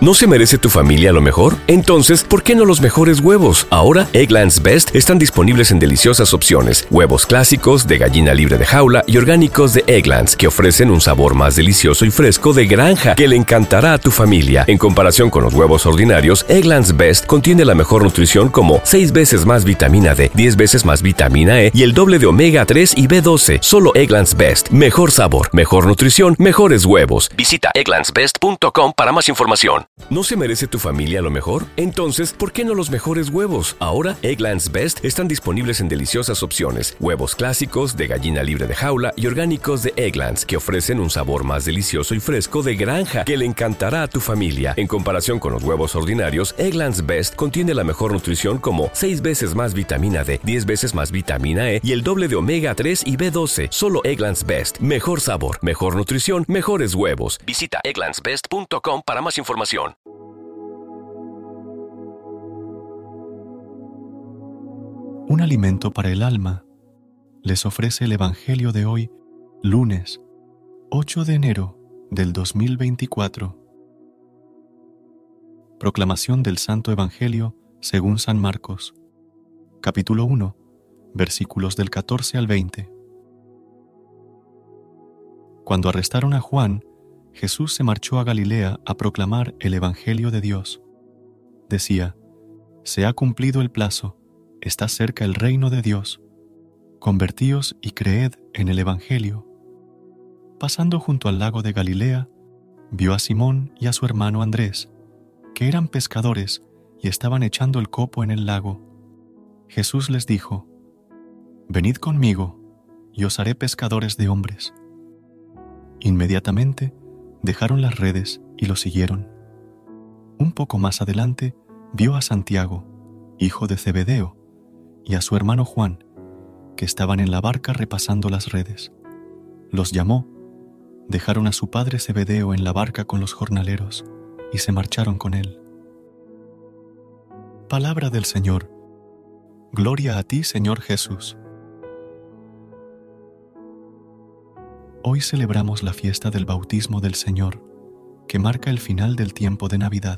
¿No se merece tu familia lo mejor? Entonces, ¿por qué no los mejores huevos? Ahora, Eggland's Best están disponibles en deliciosas opciones. Huevos clásicos, de gallina libre de jaula y orgánicos de Eggland's, que ofrecen un sabor más delicioso y fresco de granja que le encantará a tu familia. En comparación con los huevos ordinarios, Eggland's Best contiene la mejor nutrición como 6 veces más vitamina D, 10 veces más vitamina E y el doble de omega 3 y B12. Solo Eggland's Best. Mejor sabor, mejor nutrición, mejores huevos. Visita egglandsbest.com para más información. ¿No se merece tu familia lo mejor? Entonces, ¿por qué no los mejores huevos? Ahora, Eggland's Best están disponibles en deliciosas opciones. Huevos clásicos, de gallina libre de jaula y orgánicos de Eggland's, que ofrecen un sabor más delicioso y fresco de granja que le encantará a tu familia. En comparación con los huevos ordinarios, Eggland's Best contiene la mejor nutrición como 6 veces más vitamina D, 10 veces más vitamina E y el doble de omega 3 y B12. Solo Eggland's Best. Mejor sabor, mejor nutrición, mejores huevos. Visita egglandsbest.com para más información. Un alimento para el alma les ofrece el Evangelio de hoy, lunes 8 de enero del 2024. Proclamación del Santo Evangelio según San Marcos, capítulo 1, versículos del 14 al 20. Cuando arrestaron a Juan, Jesús se marchó a Galilea a proclamar el Evangelio de Dios. Decía: «Se ha cumplido el plazo, está cerca el reino de Dios. Convertíos y creed en el Evangelio». Pasando junto al lago de Galilea, vio a Simón y a su hermano Andrés, que eran pescadores y estaban echando el copo en el lago. Jesús les dijo: «Venid conmigo, y os haré pescadores de hombres». Inmediatamente dejaron las redes y lo siguieron. Un poco más adelante vio a Santiago, hijo de Zebedeo, y a su hermano Juan, que estaban en la barca repasando las redes. Los llamó, dejaron a su padre Zebedeo en la barca con los jornaleros y se marcharon con él. Palabra del Señor. Gloria a ti, Señor Jesús. Hoy celebramos la fiesta del bautismo del Señor, que marca el final del tiempo de Navidad.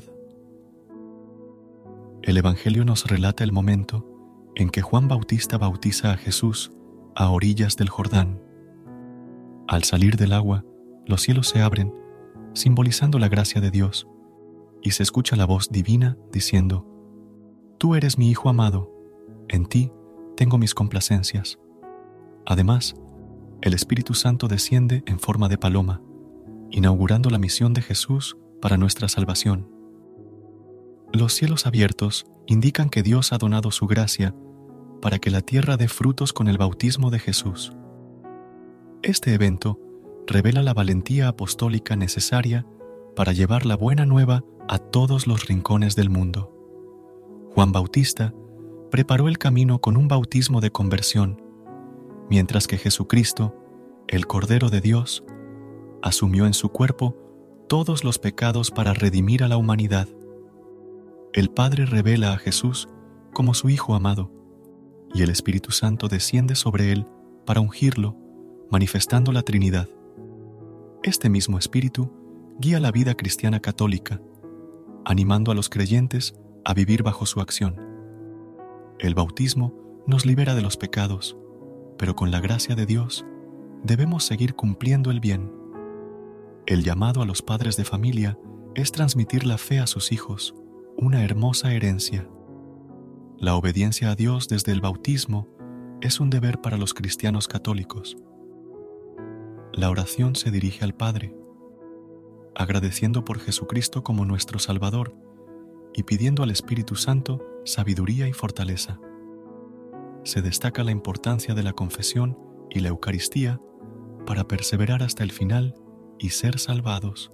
El Evangelio nos relata el momento en que Juan Bautista bautiza a Jesús a orillas del Jordán. Al salir del agua, los cielos se abren, simbolizando la gracia de Dios, y se escucha la voz divina diciendo: «Tú eres mi Hijo amado, en ti tengo mis complacencias». Además, el Espíritu Santo desciende en forma de paloma, inaugurando la misión de Jesús para nuestra salvación. Los cielos abiertos indican que Dios ha donado su gracia para que la tierra dé frutos con el bautismo de Jesús. Este evento revela la valentía apostólica necesaria para llevar la buena nueva a todos los rincones del mundo. Juan Bautista preparó el camino con un bautismo de conversión, mientras que Jesucristo, el Cordero de Dios, asumió en su cuerpo todos los pecados para redimir a la humanidad. El Padre revela a Jesús como su Hijo amado, y el Espíritu Santo desciende sobre él para ungirlo, manifestando la Trinidad. Este mismo Espíritu guía la vida cristiana católica, animando a los creyentes a vivir bajo su acción. El bautismo nos libera de los pecados, pero con la gracia de Dios debemos seguir cumpliendo el bien. El llamado a los padres de familia es transmitir la fe a sus hijos, una hermosa herencia. La obediencia a Dios desde el bautismo es un deber para los cristianos católicos. La oración se dirige al Padre, agradeciendo por Jesucristo como nuestro Salvador y pidiendo al Espíritu Santo sabiduría y fortaleza. Se destaca la importancia de la confesión y la Eucaristía para perseverar hasta el final y ser salvados.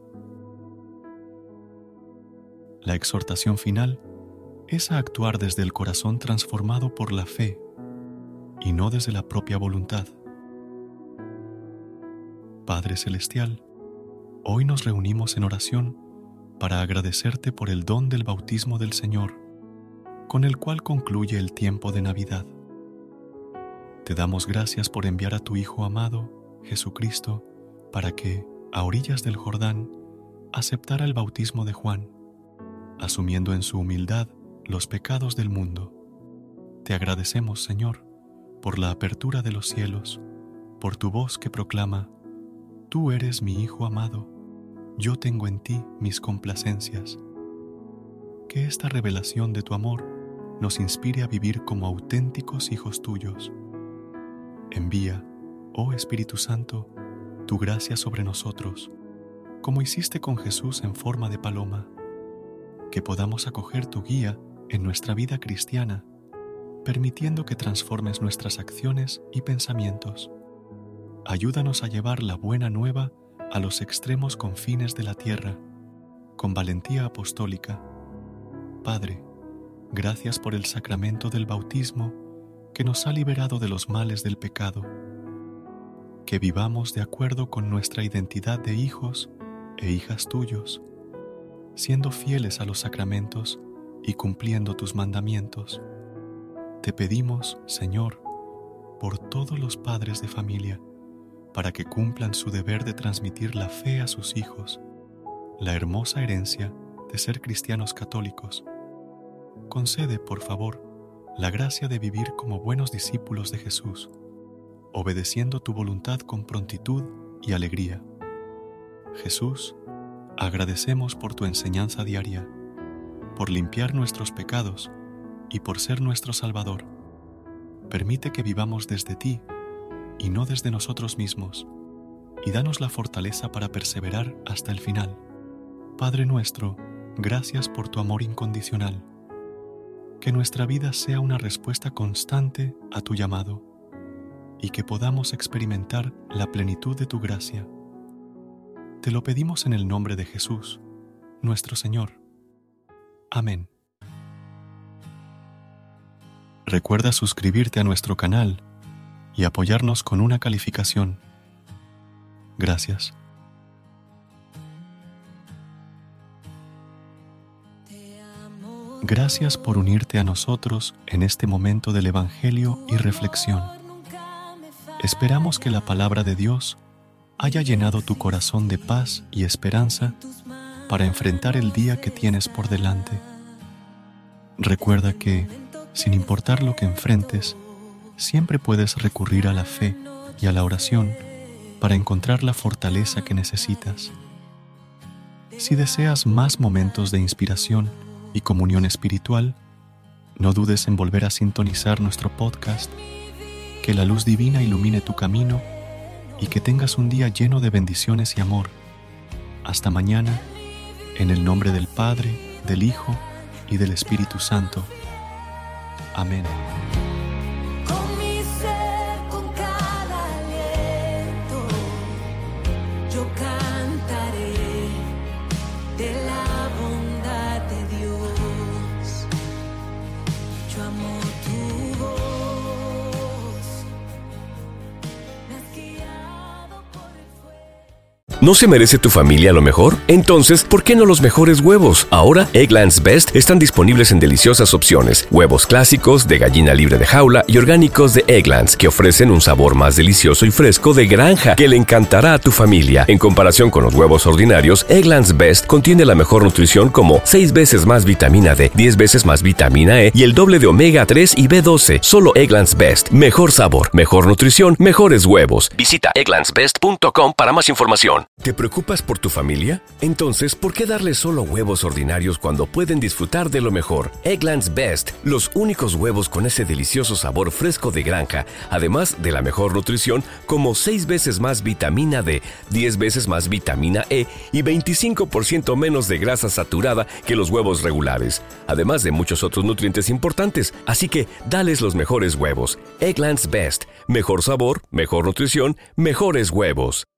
La exhortación final es a actuar desde el corazón transformado por la fe y no desde la propia voluntad. Padre Celestial, hoy nos reunimos en oración para agradecerte por el don del bautismo del Señor, con el cual concluye el tiempo de Navidad. Te damos gracias por enviar a tu Hijo amado, Jesucristo, para que, a orillas del Jordán, aceptara el bautismo de Juan asumiendo en su humildad los pecados del mundo. Te agradecemos, Señor, por la apertura de los cielos, por tu voz que proclama: Tú eres mi Hijo amado, yo tengo en ti mis complacencias. Que esta revelación de tu amor nos inspire a vivir como auténticos hijos tuyos. Envía, oh Espíritu Santo, tu gracia sobre nosotros, como hiciste con Jesús en forma de paloma, que podamos acoger tu guía en nuestra vida cristiana, permitiendo que transformes nuestras acciones y pensamientos. Ayúdanos a llevar la buena nueva a los extremos confines de la tierra, con valentía apostólica. Padre, gracias por el sacramento del bautismo que nos ha liberado de los males del pecado. Que vivamos de acuerdo con nuestra identidad de hijos e hijas tuyos, siendo fieles a los sacramentos y cumpliendo tus mandamientos. Te pedimos, Señor, por todos los padres de familia, para que cumplan su deber de transmitir la fe a sus hijos, la hermosa herencia de ser cristianos católicos. Concede, por favor, la gracia de vivir como buenos discípulos de Jesús, obedeciendo tu voluntad con prontitud y alegría. Jesús, agradecemos por tu enseñanza diaria, por limpiar nuestros pecados y por ser nuestro Salvador. Permite que vivamos desde ti y no desde nosotros mismos, y danos la fortaleza para perseverar hasta el final. Padre nuestro, gracias por tu amor incondicional. Que nuestra vida sea una respuesta constante a tu llamado y que podamos experimentar la plenitud de tu gracia. Te lo pedimos en el nombre de Jesús, nuestro Señor. Amén. Recuerda suscribirte a nuestro canal y apoyarnos con una calificación. Gracias. Gracias por unirte a nosotros en este momento del Evangelio y reflexión. Esperamos que la palabra de Dios haya llenado tu corazón de paz y esperanza para enfrentar el día que tienes por delante. Recuerda que, sin importar lo que enfrentes, siempre puedes recurrir a la fe y a la oración para encontrar la fortaleza que necesitas. Si deseas más momentos de inspiración y comunión espiritual, no dudes en volver a sintonizar nuestro podcast. Que la luz divina ilumine tu camino y que tengas un día lleno de bendiciones y amor. Hasta mañana, en el nombre del Padre, del Hijo y del Espíritu Santo. Amén. Con mi ser, con cada aliento, yo cantaré de la bondad de Dios. Yo amo tu voz, me has guiado por el fuego. ¿No se merece tu familia lo mejor? Entonces, ¿por qué no los mejores huevos? Ahora, Eggland's Best están disponibles en deliciosas opciones. Huevos clásicos, de gallina libre de jaula y orgánicos de Eggland's, que ofrecen un sabor más delicioso y fresco de granja que le encantará a tu familia. En comparación con los huevos ordinarios, Eggland's Best contiene la mejor nutrición como 6 veces más vitamina D, 10 veces más vitamina E y el doble de omega 3 y B12. Solo Eggland's Best. Mejor sabor, mejor nutrición, mejores huevos. Visita egglandsbest.com para más información. ¿Te preocupas por tu familia? Entonces, ¿por qué darles solo huevos ordinarios cuando pueden disfrutar de lo mejor? Eggland's Best, los únicos huevos con ese delicioso sabor fresco de granja, además de la mejor nutrición como 6 veces más vitamina D, 10 veces más vitamina E y 25% menos de grasa saturada que los huevos regulares, además de muchos otros nutrientes importantes. Así que, dales los mejores huevos. Eggland's Best, mejor sabor, mejor nutrición, mejores huevos.